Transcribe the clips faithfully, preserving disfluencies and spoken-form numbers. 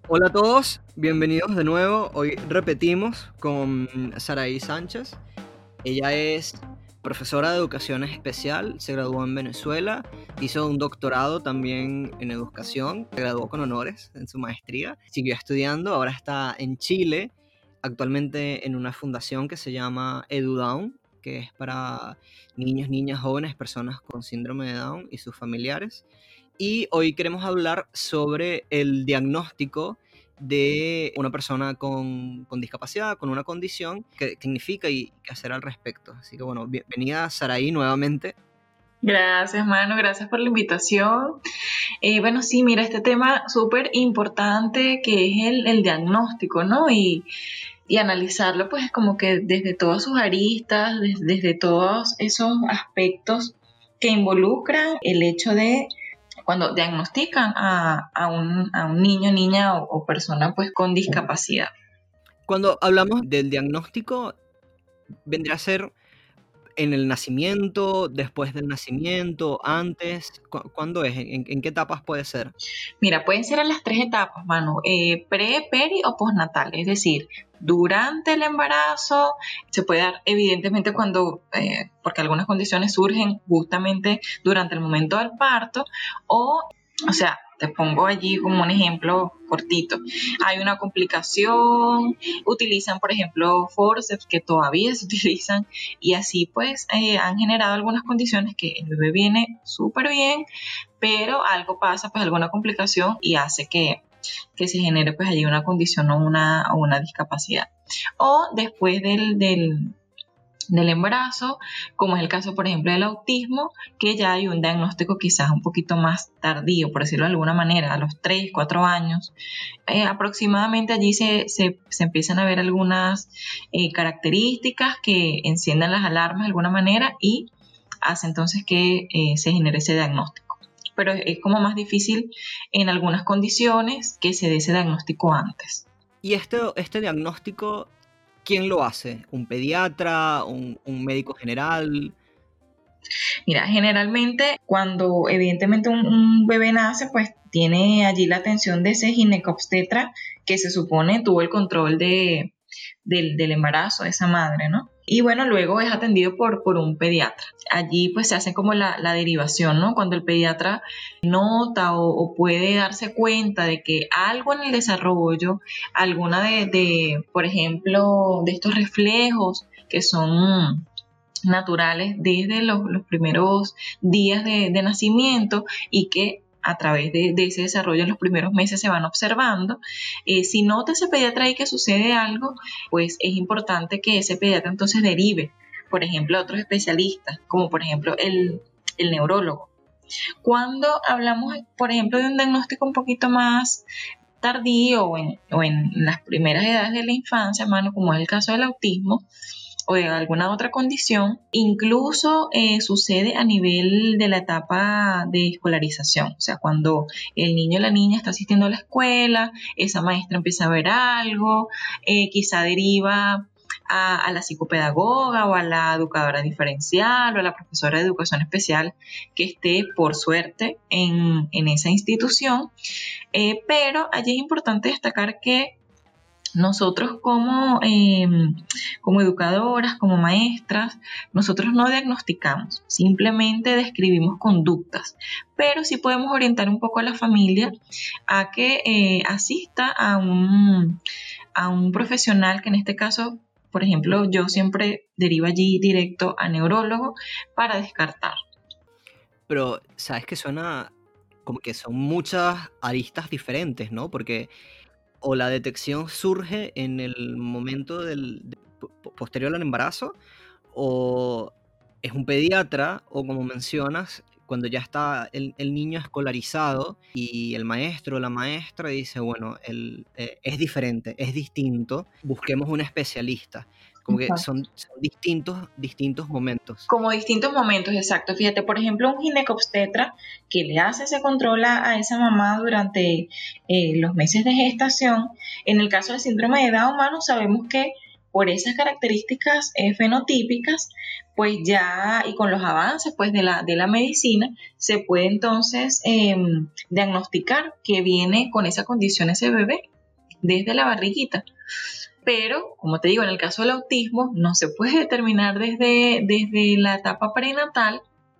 Hola a todos, bienvenidos de nuevo. Hoy repetimos con Saraí Sánchez. Ella es profesora de educación especial, se graduó en Venezuela, hizo un doctorado también en educación, se graduó con honores en su maestría, siguió estudiando, ahora está en Chile, actualmente en una fundación que se llama EduDown, que es para niños, niñas, jóvenes, personas con síndrome de Down y sus familiares. Y hoy queremos hablar sobre el diagnóstico de una persona con, con discapacidad, con una condición, qué significa y qué hacer al respecto. Así que bueno, bienvenida Saraí nuevamente. Gracias, Manu, gracias por la invitación. Eh, bueno, sí, mira, este tema súper importante que es el, el diagnóstico, ¿no? Y, y analizarlo pues como que desde todas sus aristas, des- desde todos esos aspectos que involucran el hecho de cuando diagnostican a, a un, a un niño, niña o, o persona pues con discapacidad. Cuando hablamos del diagnóstico, vendría a ser en el nacimiento, después del nacimiento, antes, ¿cu- ¿cuándo es? ¿En, en qué etapas puede ser? Mira, pueden ser en las tres etapas, Manu, eh, pre, peri o postnatal, es decir, durante el embarazo, se puede dar evidentemente cuando, eh, porque algunas condiciones surgen justamente durante el momento del parto, o, o sea, te pongo allí como un ejemplo cortito. Hay una complicación, utilizan, por ejemplo, forceps que todavía se utilizan y así pues eh, han generado algunas condiciones que el bebé viene súper bien, pero algo pasa, pues alguna complicación y hace que, que se genere pues allí una condición o una, o una discapacidad. O después del, del, del embarazo, como es el caso, por ejemplo, del autismo, que ya hay un diagnóstico quizás un poquito más tardío, por decirlo de alguna manera, a los tres cuatro años. Eh, aproximadamente allí se, se, se empiezan a ver algunas eh, características que enciendan las alarmas de alguna manera y hace entonces que eh, se genere ese diagnóstico. Pero es como más difícil en algunas condiciones que se dé ese diagnóstico antes. Y este, este diagnóstico, ¿quién lo hace? ¿Un pediatra? ¿Un, un médico general? Mira, generalmente cuando evidentemente un, un bebé nace, pues tiene allí la atención de ese ginecobstetra que se supone tuvo el control de, del, del embarazo de esa madre, ¿no? Y bueno, luego es atendido por, por un pediatra. Allí pues se hace como la, la derivación, ¿no? Cuando el pediatra nota o, o puede darse cuenta de que algo en el desarrollo, alguna de, de, por ejemplo, de estos reflejos que son naturales desde los, los primeros días de, de nacimiento y que a través de, de, ese desarrollo en los primeros meses se van observando. Eh, si nota ese pediatra ahí que sucede algo, pues es importante que ese pediatra entonces derive, por ejemplo, a otros especialistas, como por ejemplo el, el neurólogo. Cuando hablamos, por ejemplo, de un diagnóstico un poquito más tardío o en, o en las primeras edades de la infancia, mano, como es el caso del autismo, o de alguna otra condición, incluso eh, sucede a nivel de la etapa de escolarización, o sea, cuando el niño o la niña está asistiendo a la escuela, esa maestra empieza a ver algo, eh, quizá deriva a, a la psicopedagoga o a la educadora diferencial o a la profesora de educación especial que esté, por suerte, en, en esa institución, eh, pero allí es importante destacar que nosotros como, eh, como educadoras, como maestras, nosotros no diagnosticamos, simplemente describimos conductas, pero sí podemos orientar un poco a la familia a que eh, asista a un, a un profesional que en este caso, por ejemplo, yo siempre derivo allí directo a neurólogo para descartar. Pero, ¿sabes que suena como que son muchas aristas diferentes, ¿no? Porque o la detección surge en el momento del, de- po- posterior al embarazo, o es un pediatra, o como mencionas, cuando ya está el, el niño escolarizado y el maestro o la maestra dice, bueno, el, eh, es diferente, es distinto, busquemos un especialista. Como que son, son distintos, distintos momentos. Como distintos momentos, exacto. Fíjate, por ejemplo, un ginecobstetra que le hace ese control a, a esa mamá durante eh, los meses de gestación. En el caso del síndrome de Down, humano, sabemos que por esas características eh, fenotípicas, pues ya, y con los avances pues de la, de la medicina, se puede entonces eh, diagnosticar que viene con esa condición ese bebé. desde la barriguita. Pero, como te digo, en el caso del autismo no se puede determinar desde, desde la etapa prenatal,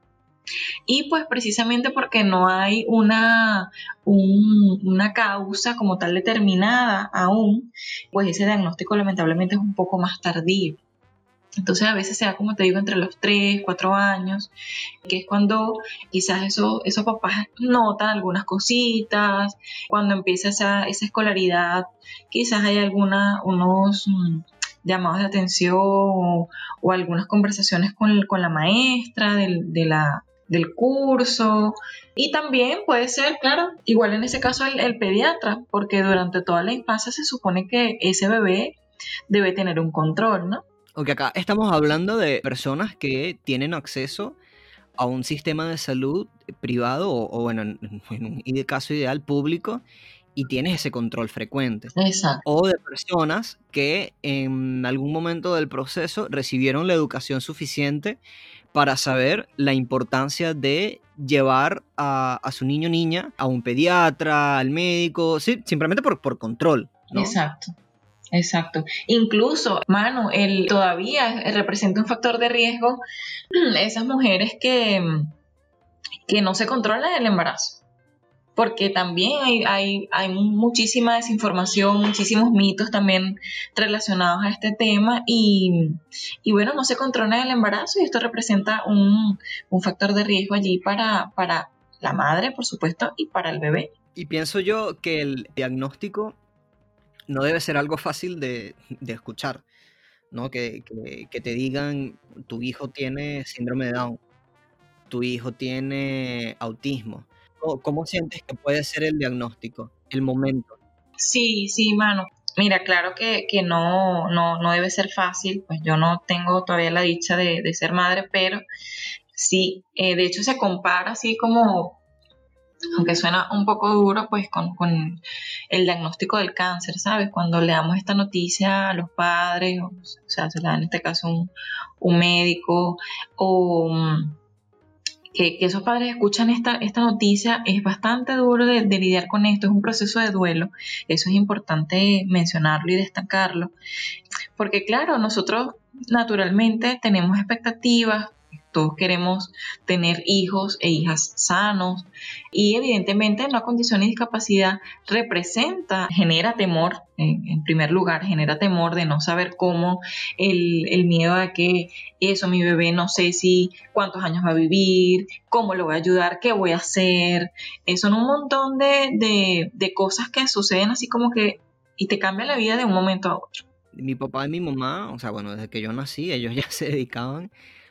y pues precisamente porque no hay una, un, una causa como tal determinada aún, pues ese diagnóstico lamentablemente es un poco más tardío. Entonces a veces se da, como te digo, entre los tres, cuatro años, que es cuando quizás eso, esos papás notan algunas cositas, cuando empieza esa, esa escolaridad, quizás hay alguna, unos mm, llamados de atención o, o algunas conversaciones con, con la maestra del, de la, del curso. Y también puede ser, claro, igual en ese caso el, el pediatra, porque durante toda la infancia se supone que ese bebé debe tener un control, ¿no? Ok, acá estamos hablando de personas que tienen acceso a un sistema de salud privado o, o bueno, en, en un caso ideal público, y tienes ese control frecuente. Exacto. O de personas que en algún momento del proceso recibieron la educación suficiente para saber la importancia de llevar a, a su niño o niña a un pediatra, al médico, sí, simplemente por, por control, ¿no? Exacto. Exacto. Incluso, mano, él todavía representa un factor de riesgo esas mujeres que, que no se controlan el embarazo. Porque también hay, hay, hay muchísima desinformación, muchísimos mitos también relacionados a este tema y, y bueno, no se controla el embarazo y esto representa un, un factor de riesgo allí para, para la madre, por supuesto, y para el bebé. Y pienso yo que el diagnóstico no debe ser algo fácil de, de escuchar, ¿no? Que, que, que te digan, tu hijo tiene síndrome de Down, tu hijo tiene autismo. ¿Cómo, cómo sientes que puede ser el diagnóstico, el momento? Sí, sí, mano. Mira, claro que, que no, no, no debe ser fácil, pues yo no tengo todavía la dicha de, de ser madre, pero sí, eh, de hecho se compara así como, aunque suena un poco duro, pues con, con el diagnóstico del cáncer, ¿sabes? Cuando le damos esta noticia a los padres, o, o sea, se le da en este caso un, un médico, o um, que, que esos padres escuchan esta, esta noticia, es bastante duro de, de lidiar con esto, es un proceso de duelo, eso es importante mencionarlo y destacarlo, porque claro, nosotros naturalmente tenemos expectativas, todos queremos tener hijos e hijas sanos y evidentemente una condición de discapacidad representa, genera temor, en, en primer lugar, genera temor de no saber cómo, el, el miedo a que eso, mi bebé, no sé si cuántos años va a vivir, cómo lo voy a ayudar, qué voy a hacer. Eh, son un montón de, de, de cosas que suceden así como que y te cambia la vida de un momento a otro. Mi papá y mi mamá, o sea, bueno, desde que yo nací, ellos ya se dedicaban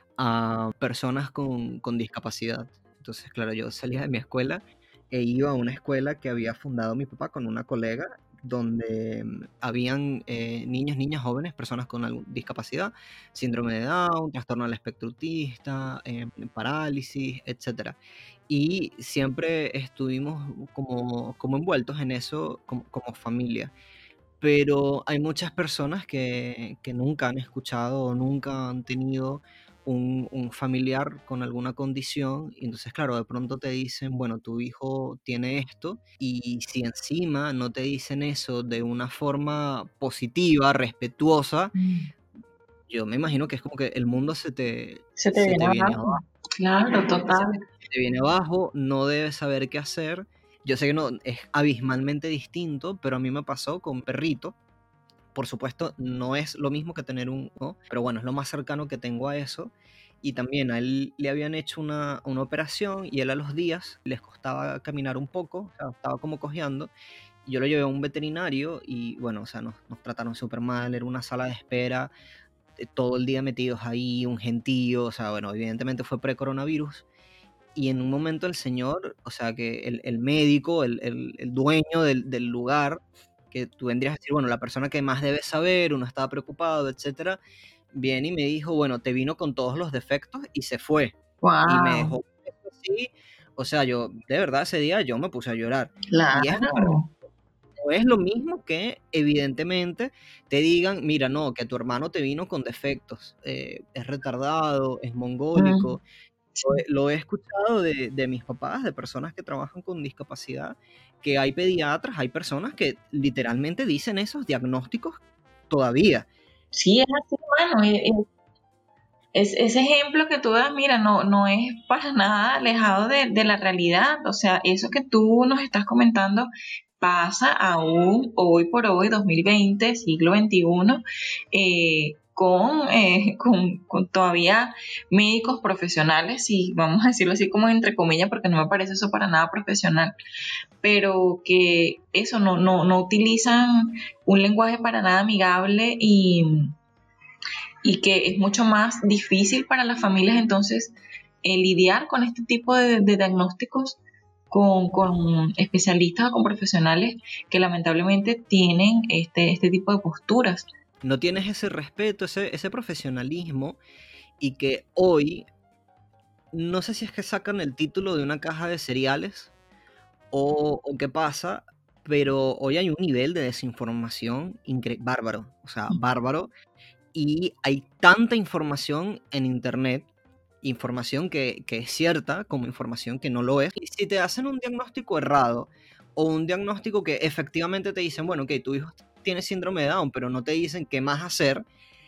a personas con, con discapacidad. Entonces, claro, yo salía de mi escuela e iba a una escuela que había fundado mi papá con una colega, donde mm, habían eh, niños, niñas jóvenes, personas con alguna discapacidad, síndrome de Down, trastorno del espectro autista, eh, parálisis, etcétera. Y siempre estuvimos como, como envueltos en eso como, como familia. Pero hay muchas personas que, que nunca han escuchado o nunca han tenido un, un familiar con alguna condición, y entonces, claro, de pronto te dicen, bueno, tu hijo tiene esto, y si encima no te dicen eso de una forma positiva, respetuosa, Mm. yo me imagino que es como que el mundo se te, Se te se viene te viene abajo. abajo. Claro, Se total. te, se te viene abajo, no debes saber qué hacer. Yo sé que no es abismalmente distinto, pero a mí me pasó con un perrito. Por supuesto, no es lo mismo que tener un hijo, pero bueno, es lo más cercano que tengo a eso. Y también a él le habían hecho una, una operación y él a los días les costaba caminar un poco, o sea, estaba como cojeando. Y yo lo llevé a un veterinario y bueno, o sea, nos, nos trataron súper mal, era una sala de espera, eh, todo el día metidos ahí, un gentío, o sea, bueno, evidentemente fue pre-coronavirus. Y en un momento el señor, o sea, que el, el médico, el, el, el dueño del, del lugar, que tú vendrías a decir, bueno, la persona que más debe saber, uno estaba preocupado, etcétera, viene y me dijo, bueno, te vino con todos los defectos y se fue. Y me Wow, dejó así, o sea, yo, de verdad, ese día yo me puse a llorar. Y es verdad, claro. no es lo mismo que, evidentemente, te digan, mira, no, que tu hermano te vino con defectos, eh, es retardado, es Mm. mongólico. Lo he, lo he escuchado de, de mis papás, de personas que trabajan con discapacidad, que hay pediatras, hay personas que literalmente dicen esos diagnósticos todavía. Sí, es así, bueno, y- y es, ese ejemplo que tú das, mira, no, no es para nada alejado de, de la realidad. O sea, eso que tú nos estás comentando pasa aún hoy por hoy, dos mil veinte, siglo veintiuno, eh, con, eh, con, con todavía médicos profesionales, y vamos a decirlo así como entre comillas, porque no me parece eso para nada profesional, pero que eso no, no, no utilizan un lenguaje para nada amigable, y y que es mucho más difícil para las familias entonces eh, lidiar con este tipo de, de diagnósticos con, con, especialistas o con profesionales que lamentablemente tienen este, este tipo de posturas. No tienes ese respeto, ese, ese profesionalismo, y que hoy, no sé si es que sacan el título de una caja de cereales o, o qué pasa, pero hoy hay un nivel de desinformación incre- bárbaro, o sea, bárbaro, y hay tanta información en internet, información que, que es cierta como información que no lo es. Y si te hacen un diagnóstico errado o un diagnóstico que efectivamente te dicen, bueno, que tu hijo tiene síndrome de Down, pero no te dicen qué más hacer,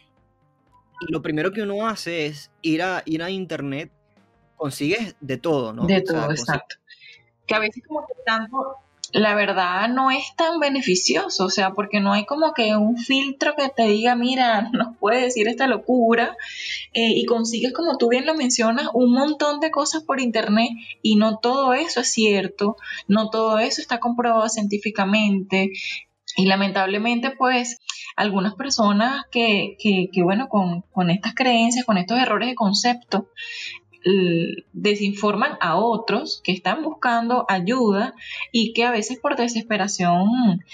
y lo primero que uno hace es ir a, ir a internet, consigues de todo, ¿no? De O sea, todo, consigues. exacto. Que a veces como que tanto, la verdad no es tan beneficioso, o sea, porque no hay como que un filtro que te diga, mira, nos puede decir esta locura, eh, y consigues, como tú bien lo mencionas, un montón de cosas por internet, y no todo eso es cierto, no todo eso está comprobado científicamente, y lamentablemente pues algunas personas que, que, que bueno, con, con estas creencias, con estos errores de concepto, l- desinforman a otros que están buscando ayuda, y que a veces por desesperación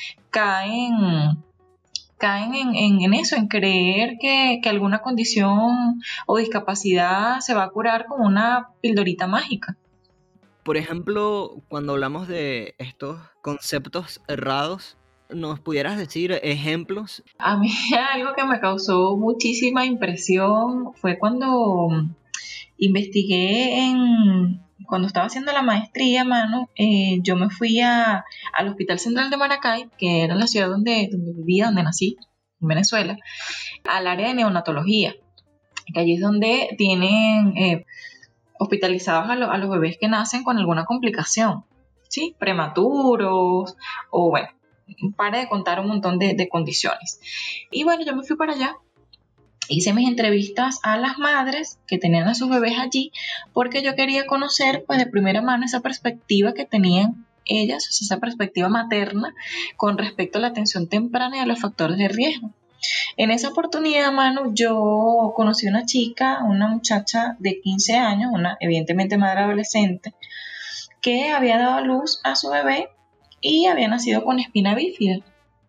caen caen en, en, en eso, en creer que, que alguna condición o discapacidad se va a curar con una pildorita mágica. Por ejemplo, cuando hablamos de estos conceptos errados, ¿nos pudieras decir ejemplos? A mí algo que me causó muchísima impresión fue cuando investigué en, cuando estaba haciendo la maestría, mano, eh, yo me fui a, al Hospital Central de Maracay, que era la ciudad donde, donde vivía, donde nací, en Venezuela, al área de neonatología, que allí es donde tienen eh, hospitalizados a, lo, a los bebés que nacen con alguna complicación, ¿sí? Prematuros, o bueno, para de contar un montón de, de condiciones. Y bueno, yo me fui para allá, hice mis entrevistas a las madres que tenían a sus bebés allí, porque yo quería conocer pues de primera mano esa perspectiva que tenían ellas, o sea, esa perspectiva materna con respecto a la atención temprana y a los factores de riesgo. En esa oportunidad, Manu, yo conocí a una chica, una muchacha de quince años, una evidentemente madre adolescente, que había dado a luz a su bebé y había nacido con espina bífida.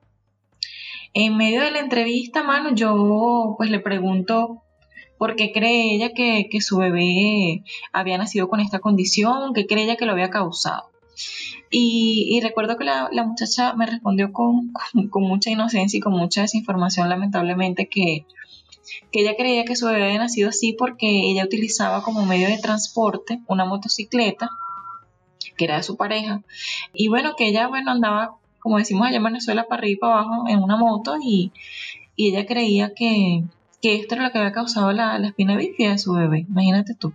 En medio de la entrevista, Manu, yo pues le pregunto por qué cree ella que, que su bebé había nacido con esta condición, qué cree ella que lo había causado. Y, y recuerdo que la, la muchacha me respondió con, con, con mucha inocencia y con mucha desinformación, lamentablemente, que, que ella creía que su bebé había nacido así porque ella utilizaba como medio de transporte una motocicleta, que era de su pareja, y bueno, que ella, bueno, andaba, como decimos allá en Venezuela, para arriba y para abajo en una moto, y, y ella creía que, que esto era lo que había causado la, la espina bífida de su bebé, imagínate tú.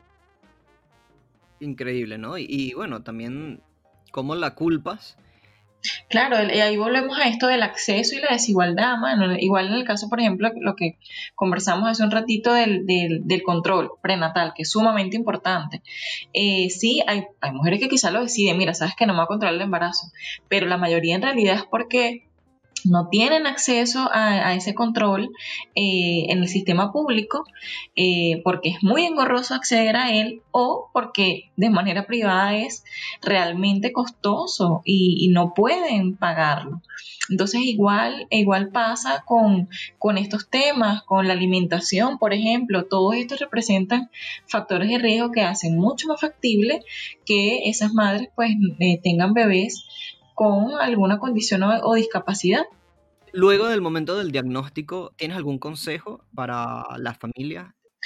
Increíble, ¿no? Y, y bueno, también cómo la culpas. Claro, y ahí volvemos a esto del acceso y la desigualdad, mano. Igual en el caso, por ejemplo, lo que conversamos hace un ratito del, del, del control prenatal, que es sumamente importante. Eh, sí, hay, hay mujeres que quizás lo deciden, mira, sabes que no me va a controlar el embarazo, pero la mayoría en realidad es porque no tienen acceso a, a ese control eh, en el sistema público, eh, porque es muy engorroso acceder a él, o porque de manera privada es realmente costoso y, y no pueden pagarlo. Entonces igual, igual pasa con, con estos temas, con la alimentación, por ejemplo. Todos estos representan factores de riesgo que hacen mucho más factible que esas madres pues eh, tengan bebés con alguna condición o, o discapacidad. Luego del momento del diagnóstico, ¿tienes algún consejo para la familia?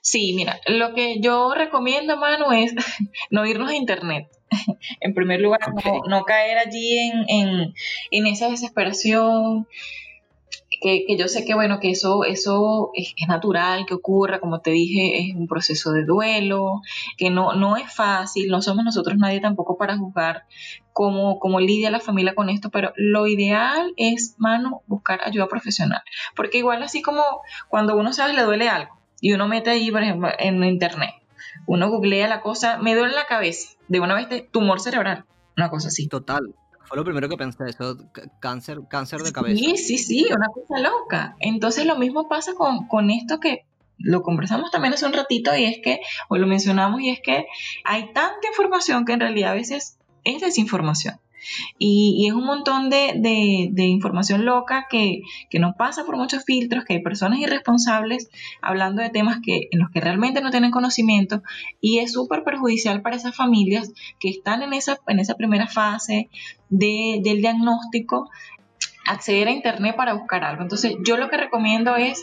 Sí, mira, lo que yo recomiendo, Manu, es no irnos a internet. En primer lugar, no, Ok, no caer allí en, en, en esa desesperación, que, que yo sé que, bueno, que eso, eso es, es natural que ocurra, como te dije, es un proceso de duelo, que no, no es fácil, no somos nosotros nadie tampoco para juzgar cómo, cómo lidia la familia con esto, pero lo ideal es, mano, buscar ayuda profesional, porque igual así como cuando uno sabe le duele algo, y uno mete ahí, por ejemplo, en internet, uno googlea la cosa, me duele la cabeza, de una vez de tumor cerebral, una cosa así. total. Fue lo primero que pensé, eso, c- cáncer, cáncer de Sí, cabeza. sí, sí, una cosa loca. Entonces lo mismo pasa con, con esto que lo conversamos también hace un ratito y es que, o lo mencionamos, y es que hay tanta información que en realidad a veces es desinformación. Y, y es un montón de, de- de información loca que, que no pasa por muchos filtros, que hay personas irresponsables hablando de temas que, en los que realmente no tienen conocimiento y es súper perjudicial para esas familias que están en esa, en esa primera fase de- del diagnóstico, acceder a internet para buscar algo. Entonces, yo lo que recomiendo es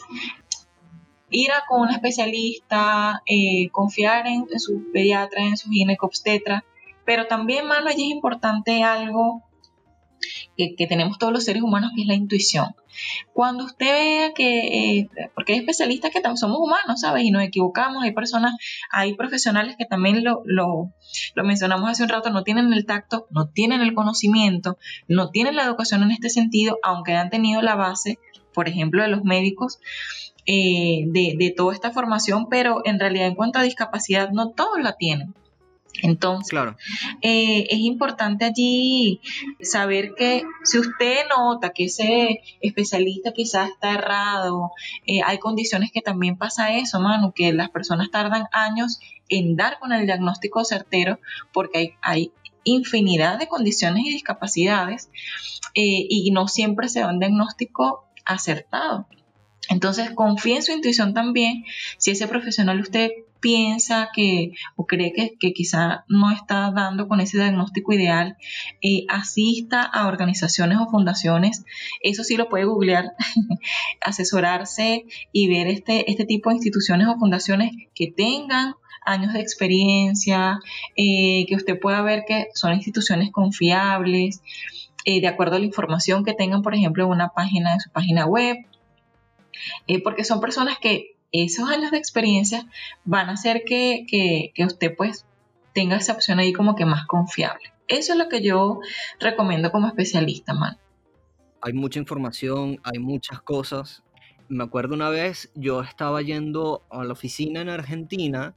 ir a con un especialista, eh, confiar en, en su pediatra, en su ginecobstetra, pero también, mano, allí es importante algo que, que tenemos todos los seres humanos, que es la intuición. Cuando usted vea que, eh, porque hay especialistas que también somos humanos, ¿sabes? Y nos equivocamos, hay personas, hay profesionales que también lo, lo, lo mencionamos hace un rato, no tienen el tacto, no tienen el conocimiento, no tienen la educación en este sentido, aunque han tenido la base, por ejemplo, de los médicos, eh, de, de toda esta formación, pero en realidad en cuanto a discapacidad no todos la tienen. Entonces, Claro, eh, es importante allí saber que si usted nota que ese especialista quizás está errado, eh, hay condiciones que también pasa eso, mano, que las personas tardan años en dar con el diagnóstico certero porque hay, hay infinidad de condiciones y discapacidades, eh, y no siempre se da un diagnóstico acertado. Entonces, confíe en su intuición también. Si ese profesional usted piensa que o cree que, que quizá no está dando con ese diagnóstico ideal, eh, asista a organizaciones o fundaciones. Eso sí lo puede googlear, asesorarse y ver este, este tipo de instituciones o fundaciones que tengan años de experiencia, eh, que usted pueda ver que son instituciones confiables, eh, de acuerdo a la información que tengan, por ejemplo, en una página de su página web, eh, porque son personas que esos años de experiencia van a hacer que, que, que usted pues tenga esa opción ahí como que más confiable. Eso es lo que yo recomiendo como especialista, man. hay mucha información, hay muchas cosas. Me acuerdo una vez, yo estaba yendo a la oficina en Argentina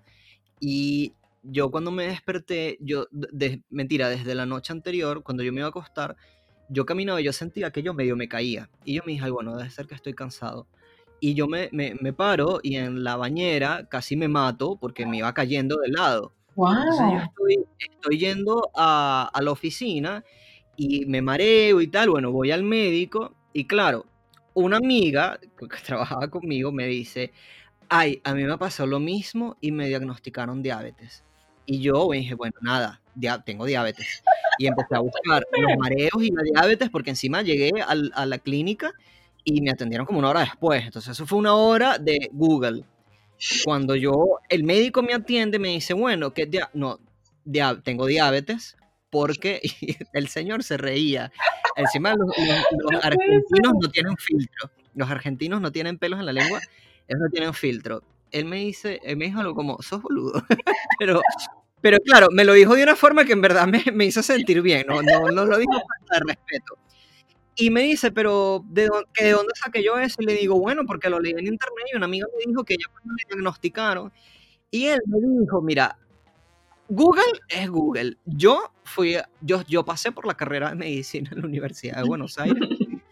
y yo cuando me desperté, yo, de, de- mentira, desde la noche anterior, cuando yo me iba a acostar, yo caminaba y yo sentía que yo medio me caía. Y yo me dije, "Ay, bueno, debe ser que estoy cansado". Y yo me, me, me paro y en la bañera casi me mato porque me iba cayendo de lado. Entonces yo Wow. estoy, estoy yendo a, a la oficina y me mareo y tal. Bueno, voy al médico y claro, una amiga que trabajaba conmigo me dice, ay, a mí me pasó lo mismo y me diagnosticaron diabetes. Y yo me dije, bueno, nada, dia- tengo diabetes. Y empecé a buscar los mareos y la diabetes porque encima llegué al- a la clínica y me atendieron como una hora después. Entonces eso fue una hora de Google. Cuando yo, el médico me atiende, me dice, bueno, que dia no, dia tengo diabetes porque y el señor se reía. Encima los, los- los argentinos no tienen filtro. Los argentinos no tienen pelos en la lengua, ellos no tienen filtro. Él me dice, él me dijo algo como, sos boludo. pero, pero claro, me lo dijo de una forma que en verdad me, me hizo sentir bien, no, no, no lo dijo por falta de respeto. Y me dice, pero ¿de dónde, que de dónde saqué yo eso? Y le digo, bueno, porque lo leí en internet y una amiga me dijo que ella cuando le diagnosticaron. Y él me dijo, mira, Google es Google. Yo fui, a- yo, yo pasé por la carrera de medicina en la Universidad de Buenos Aires.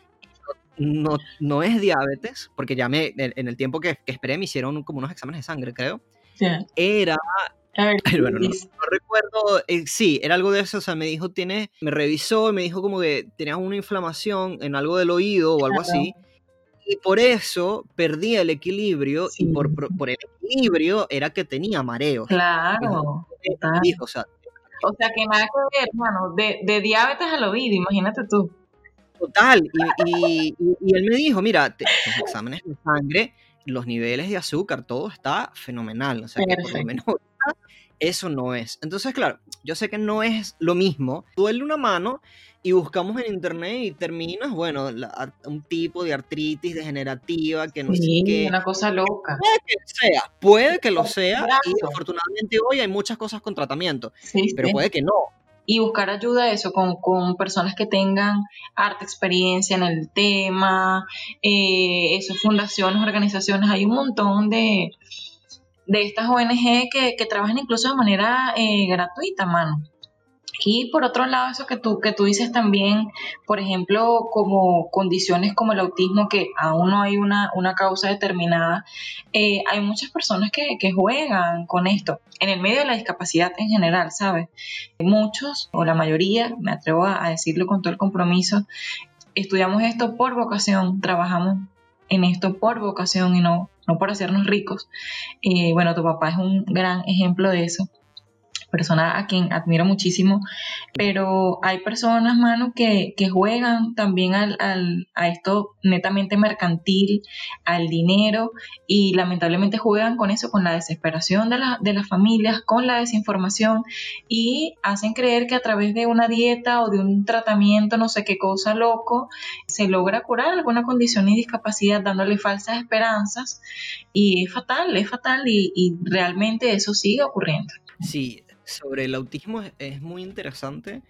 No, no es diabetes, porque ya me, en, en el tiempo que, que esperé me hicieron como unos exámenes de sangre, creo. Ya. Era, A ver, ay, bueno, no, Luis. no recuerdo, eh, sí, era algo de eso, o sea, me dijo, tienes, me revisó y me dijo como que tenías una inflamación en algo del oído o algo Claro, así, y por eso perdía el equilibrio, y sí, por, por, por el equilibrio era que tenía mareos. Y claro, justamente me total. dijo, o sea, O sea que nada que ver, hermano, de, de diabetes al oído, imagínate tú. total, y, y, y, y él me dijo, mira, te- tus exámenes de sangre los niveles de azúcar, todo está fenomenal. O sea que por lo menos eso no es. Entonces, claro, yo sé que no es lo mismo. Duele una mano y buscamos en internet y terminas, bueno, la, un tipo de artritis degenerativa que no sí, sé qué. una cosa loca. Puede que sea, puede que lo sea, y afortunadamente hoy hay muchas cosas con tratamiento, sí, pero sí. puede que no. Y buscar ayuda eso con, con personas que tengan harta experiencia en el tema, eh, eso, fundaciones, organizaciones, hay un montón de, de estas O N G que, que trabajan incluso de manera eh, gratuita, mano. Y por otro lado, eso que tú, que tú dices también, por ejemplo, como condiciones como el autismo, que aún no hay una, una causa determinada, eh, hay muchas personas que, que juegan con esto, en el medio de la discapacidad en general, ¿sabes? Muchos, o la mayoría, me atrevo a, a decirlo con todo el compromiso, estudiamos esto por vocación, trabajamos en esto por vocación y no, no por hacernos ricos. Eh, bueno, tu papá es un gran ejemplo de eso, persona a quien admiro muchísimo, pero hay personas, mano, que, que juegan también al, al, a esto netamente mercantil, al dinero, y lamentablemente juegan con eso, con la desesperación de, la, de las familias, con la desinformación, y hacen creer que a través de una dieta o de un tratamiento, no sé qué cosa loco, se logra curar alguna condición y discapacidad dándole falsas esperanzas, y es fatal, es fatal, y, y realmente eso sigue ocurriendo. Sí, sobre el autismo es, es muy interesante.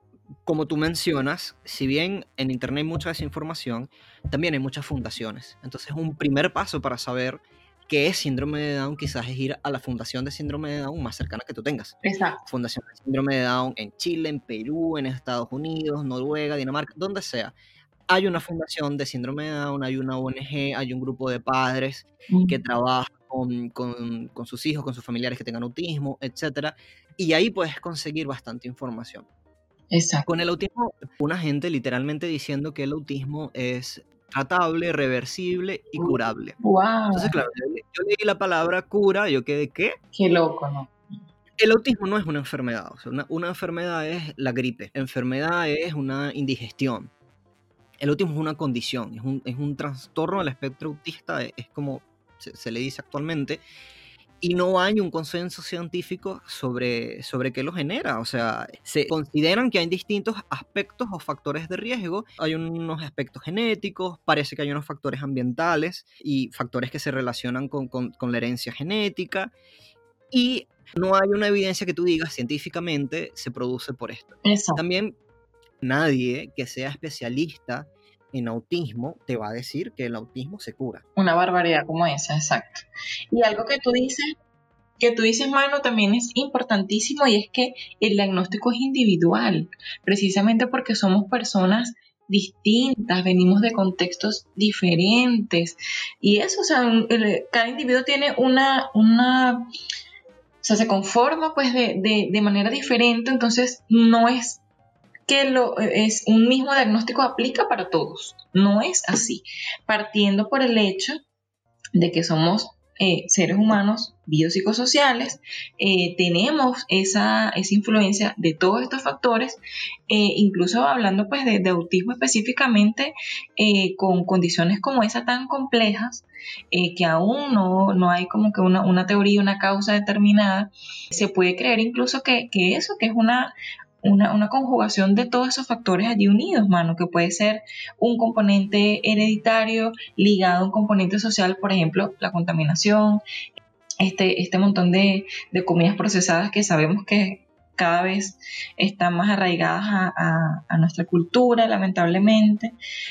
Como tú mencionas, si bien en internet hay mucha desinformación, también hay muchas fundaciones. Entonces, un primer paso para saber qué es síndrome de Down quizás es ir a la fundación de síndrome de Down más cercana que tú tengas. Exacto. Fundación de síndrome de Down en Chile, en Perú, en Estados Unidos, Noruega, Dinamarca, donde sea. Hay una fundación de síndrome de Down, hay una O N G, hay un grupo de padres que trabaja con, con, con sus hijos, con sus familiares que tengan autismo, etcétera. Y ahí puedes conseguir bastante información. Exacto. Con el autismo, una gente literalmente diciendo que el autismo es tratable, reversible y curable. Wow. Entonces, claro, yo, le- yo leí la palabra cura, yo quedé, ¿qué? Qué loco, ¿no? El autismo no es una enfermedad, o sea, una, una enfermedad es la gripe, enfermedad es una indigestión. El autismo es una condición, es un, es un trastorno del espectro autista, es, es como se, se le dice actualmente, y no hay un consenso científico sobre, sobre qué lo genera. O sea, se consideran que hay distintos aspectos o factores de riesgo. Hay unos aspectos genéticos, parece que hay unos factores ambientales y factores que se relacionan con, con, con la herencia genética. Y no hay una evidencia que tú digas científicamente se produce por esto. Eso. También nadie que sea especialista en autismo te va a decir que el autismo se cura. Una barbaridad como esa, exacto. Y algo que tú dices, que tú dices, mano, también es importantísimo, y es que el diagnóstico es individual, precisamente porque somos personas distintas, venimos de contextos diferentes, y eso, o sea, el, cada individuo tiene una, una, o sea, se conforma pues de, de, de manera diferente, entonces no es que lo, es un mismo diagnóstico aplica para todos. No es así. Partiendo por el hecho de que somos eh, seres humanos biopsicosociales, eh, tenemos esa, esa influencia de todos estos factores, eh, incluso hablando pues de, de autismo específicamente, eh, con condiciones como esa tan complejas, eh, que aún no, no hay como que una, una teoría, una causa determinada. Se puede creer incluso que, que eso, que es una Una, una conjugación de todos esos factores allí unidos, mano, que puede ser un componente hereditario ligado a un componente social, por ejemplo, la contaminación, este, este montón de, de comidas procesadas que sabemos que cada vez están más arraigadas a, a, a nuestra cultura, lamentablemente,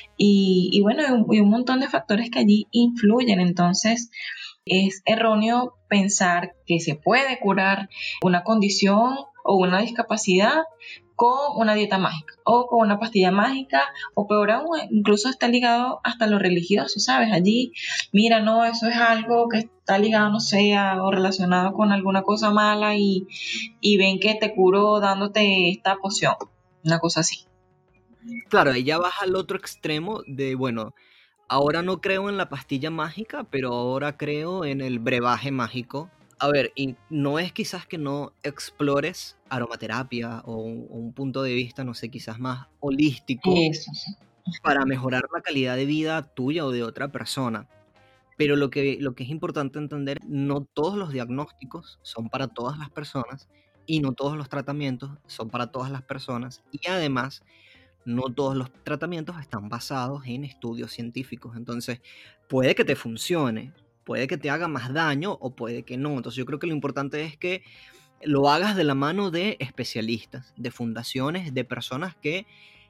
y, y bueno, y un, y un montón de factores que allí influyen. Entonces, es erróneo pensar que se puede curar una condición o una discapacidad con una dieta mágica o con una pastilla mágica, o peor aún, incluso está ligado hasta lo religioso, ¿sabes? Allí, mira, no, eso es algo que está ligado, no sé, a, o relacionado con alguna cosa mala, y, y ven que te curo dándote esta poción, una cosa así. Claro, ella baja al otro extremo de, bueno, ahora no creo en la pastilla mágica, pero ahora creo en el brebaje mágico. A ver, y no es quizás que no explores aromaterapia o un, un punto de vista, no sé, quizás más holístico Eso, sí. para mejorar la calidad de vida tuya o de otra persona. Pero lo que, lo que es importante entender, no todos los diagnósticos son para todas las personas y no todos los tratamientos son para todas las personas. Y además, no todos los tratamientos están basados en estudios científicos. Entonces, puede que te funcione, puede que te haga más daño o puede que no. Entonces, yo creo que lo importante es que lo hagas de la mano de especialistas, de fundaciones, de personas que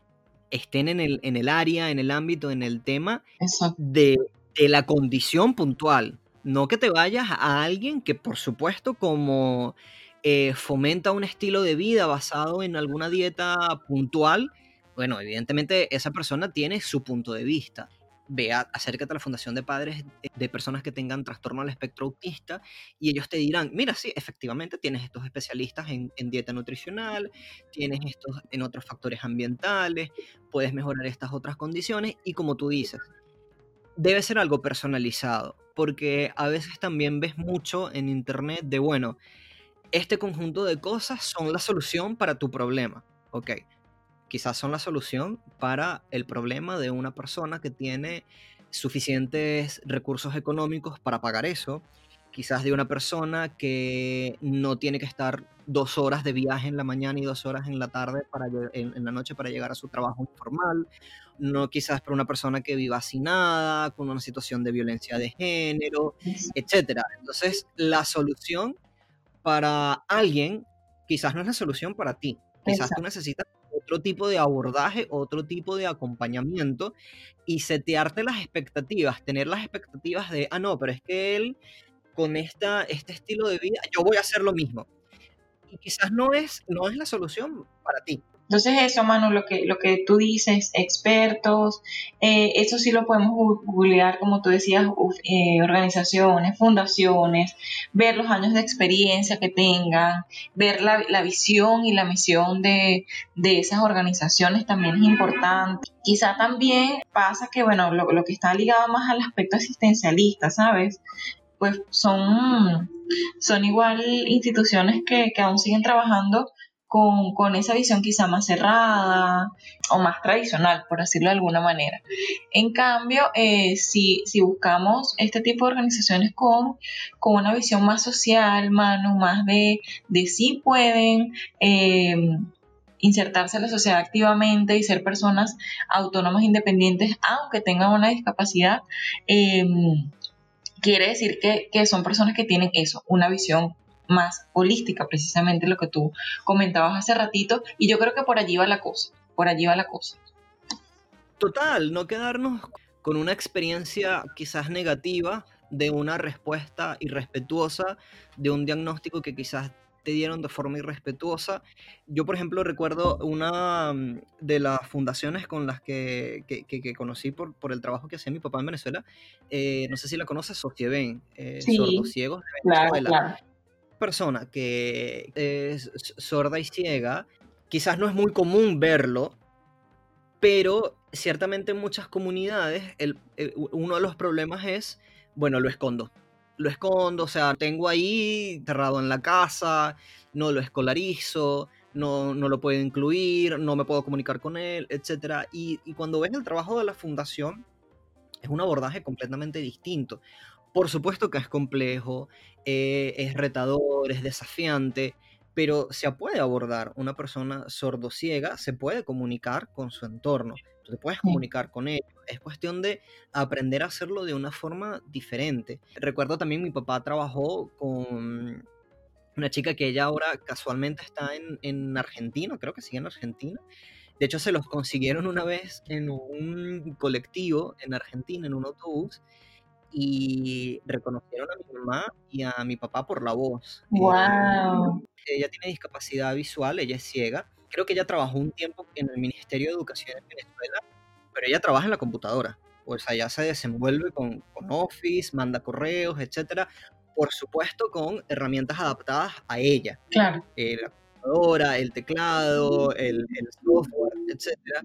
estén en el, en el área, en el ámbito, en el tema Exacto. de, de la condición puntual. No que te vayas a alguien que, por supuesto, como eh, fomenta un estilo de vida basado en alguna dieta puntual, bueno, evidentemente esa persona tiene su punto de vista. Vea, acércate a la Fundación de Padres de, de personas que tengan trastorno al espectro autista y ellos te dirán, mira, sí, efectivamente tienes estos especialistas en, en dieta nutricional, tienes estos en otros factores ambientales, puedes mejorar estas otras condiciones y como tú dices, debe ser algo personalizado, porque a veces también ves mucho en internet de, bueno, este conjunto de cosas son la solución para tu problema. Ok, quizás son la solución para el problema de una persona que tiene suficientes recursos económicos para pagar eso, quizás de una persona que no tiene que estar dos horas de viaje en la mañana y dos horas en la tarde para lle- en, en la noche para llegar a su trabajo informal, no quizás para una persona que viva sin nada, con una situación de violencia de género, etcétera. Entonces, la solución para alguien quizás no es la solución para ti. Quizás tú Exacto. necesitas otro tipo de abordaje, otro tipo de acompañamiento y setearte las expectativas, tener las expectativas de, ah, no, pero es que él con esta, este estilo de vida, yo voy a hacer lo mismo. Y quizás no es, no es la solución para ti. Entonces eso, Manu, lo que, lo que tú dices, expertos, eh, eso sí lo podemos gu- googlear, como tú decías, uf, eh, organizaciones, fundaciones, ver los años de experiencia que tengan, ver la, la visión y la misión de, de esas organizaciones también es importante. Quizá también pasa que, bueno, lo, lo que está ligado más al aspecto asistencialista, ¿sabes? Pues son, son igual instituciones que, que aún siguen trabajando con, con esa visión quizá más cerrada o más tradicional, por decirlo de alguna manera. En cambio, eh, si, si buscamos este tipo de organizaciones con, con una visión más social, Manu, más de, de sí pueden eh, insertarse en la sociedad activamente y ser personas autónomas, independientes, aunque tengan una discapacidad, eh, quiere decir que, que son personas que tienen eso, una visión más holística, precisamente lo que tú comentabas hace ratito, y yo creo que por allí va la cosa, por allí va la cosa. Total, no quedarnos con una experiencia quizás negativa de una respuesta irrespetuosa, de un diagnóstico que quizás te dieron de forma irrespetuosa. Yo, por ejemplo, recuerdo una mm, de las fundaciones con las que, que, que- que conocí por, por el trabajo que hacía mi papá en Venezuela. Eh, no sé si la conoces, Socieben, eh, Sordos Sí, Ciegos de claro, Venezuela. claro. Persona que es sorda y ciega, quizás no es muy común verlo, pero ciertamente en muchas comunidades el, el- uno de los problemas es, bueno, lo escondo. Lo escondo, o sea, tengo ahí cerrado en la casa, no lo escolarizo, no, no lo puedo incluir, no me puedo comunicar con él, etcétera. Y, y cuando ves el trabajo de la fundación, es un abordaje completamente distinto. Por supuesto que es complejo, eh, es retador, es desafiante, pero se puede abordar. Una persona sordociega se puede comunicar con su entorno, tú te puedes Sí. comunicar con ellos. Es cuestión de aprender a hacerlo de una forma diferente. Recuerdo también mi papá trabajó con una chica que ella ahora casualmente está en, en Argentina, creo que sigue en Argentina. De hecho, se los consiguieron una vez en un colectivo en Argentina, en un autobús, y reconocieron a mi mamá y a mi papá por la voz. Eh, Wow. ella tiene discapacidad visual, ella es ciega. Creo que ella trabajó un tiempo en el Ministerio de Educación en Venezuela, pero ella trabaja en la computadora. O sea, ella se desenvuelve con, con Office, manda correos, etcétera. Por supuesto, con herramientas adaptadas a ella. Claro. Eh, la computadora, el teclado, el, el software, etcétera.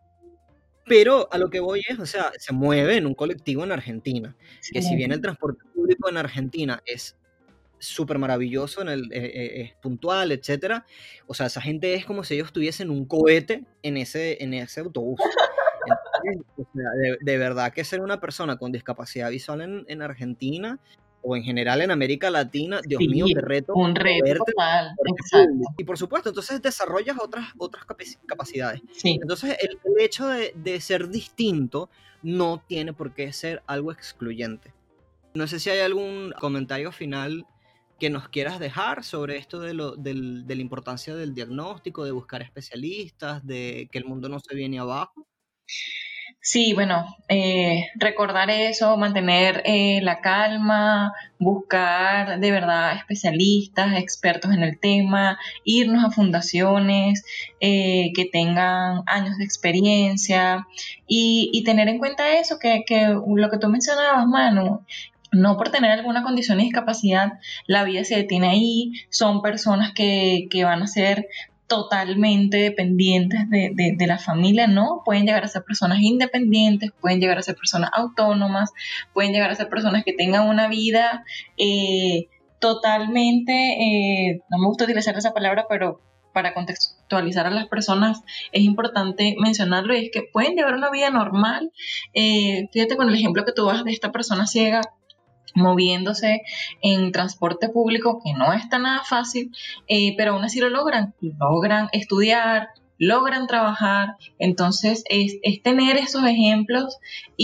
Pero a lo que voy es, o sea, se mueve en un colectivo en Argentina, que si bien el Excelente. transporte público en Argentina es súper maravilloso, en el, eh, eh, es puntual, etcétera, o sea, esa gente es como si ellos tuviesen un cohete en ese, en ese autobús. Entonces, O sea, de, de verdad que ser una persona con discapacidad visual en, en Argentina o en general en América Latina, Dios Sí, mío, qué reto un reto moverte en total, transporte público. exacto. Y por supuesto, entonces desarrollas otras, otras capaci- capacidades. Sí. Entonces, el, el hecho de, de ser distinto no tiene por qué ser algo excluyente. No sé si hay algún comentario final que nos quieras dejar sobre esto de, lo, del- de la importancia del diagnóstico, de buscar especialistas, de que el mundo no se viene abajo. Sí, bueno, eh, recordar eso, mantener eh, la calma, buscar de verdad especialistas, expertos en el tema, irnos a fundaciones eh, que tengan años de experiencia y, y tener en cuenta eso, que, que lo que tú mencionabas, Manu, no por tener alguna condición de discapacidad, la vida se detiene ahí, son personas que, que van a ser totalmente dependientes de, de, de la familia, ¿no? Pueden llegar a ser personas independientes, pueden llegar a ser personas autónomas, pueden llegar a ser personas que tengan una vida eh, totalmente, eh, no me gusta utilizar esa palabra, pero para contextualizar a las personas es importante mencionarlo, y es que pueden llevar una vida normal. Eh, fíjate con el ejemplo que tú das de esta persona ciega moviéndose en transporte público, que no está nada fácil, eh, pero aún así lo logran, logran estudiar, logran trabajar. Entonces es, es tener esos ejemplos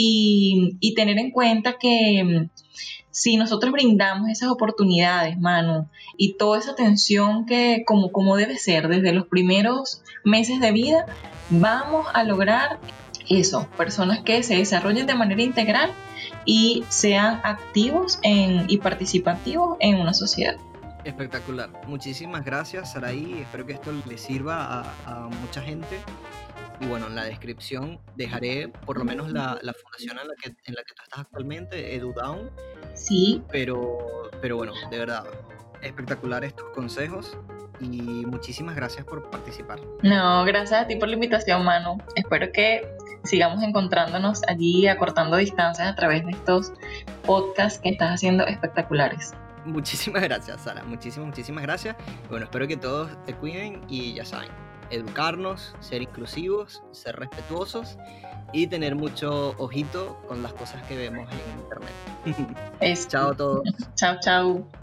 y, y tener en cuenta que mm, si nosotros brindamos esas oportunidades, Manu, y toda esa atención que como, como debe ser desde los primeros meses de vida, vamos a lograr eso, personas que se desarrollen de manera integral y sean activos en, y participativos en una sociedad. Espectacular. Muchísimas gracias, Saraí. Espero que esto le sirva a, a mucha gente. Y bueno, en la descripción dejaré por lo menos la, la fundación en la, que, en la que tú estás actualmente, EduDown. Sí. Pero, pero bueno, de verdad, espectacular estos consejos y muchísimas gracias por participar. No, gracias a ti por la invitación, Manu. Espero que sigamos encontrándonos allí, acortando distancias a través de estos podcasts que estás haciendo espectaculares. Muchísimas gracias, Sara. Muchísimas, muchísimas gracias. Bueno, espero que todos te cuiden y ya saben, educarnos, ser inclusivos, ser respetuosos y tener mucho ojito con las cosas que vemos en internet. Es... Chao a todos. Chao, chao.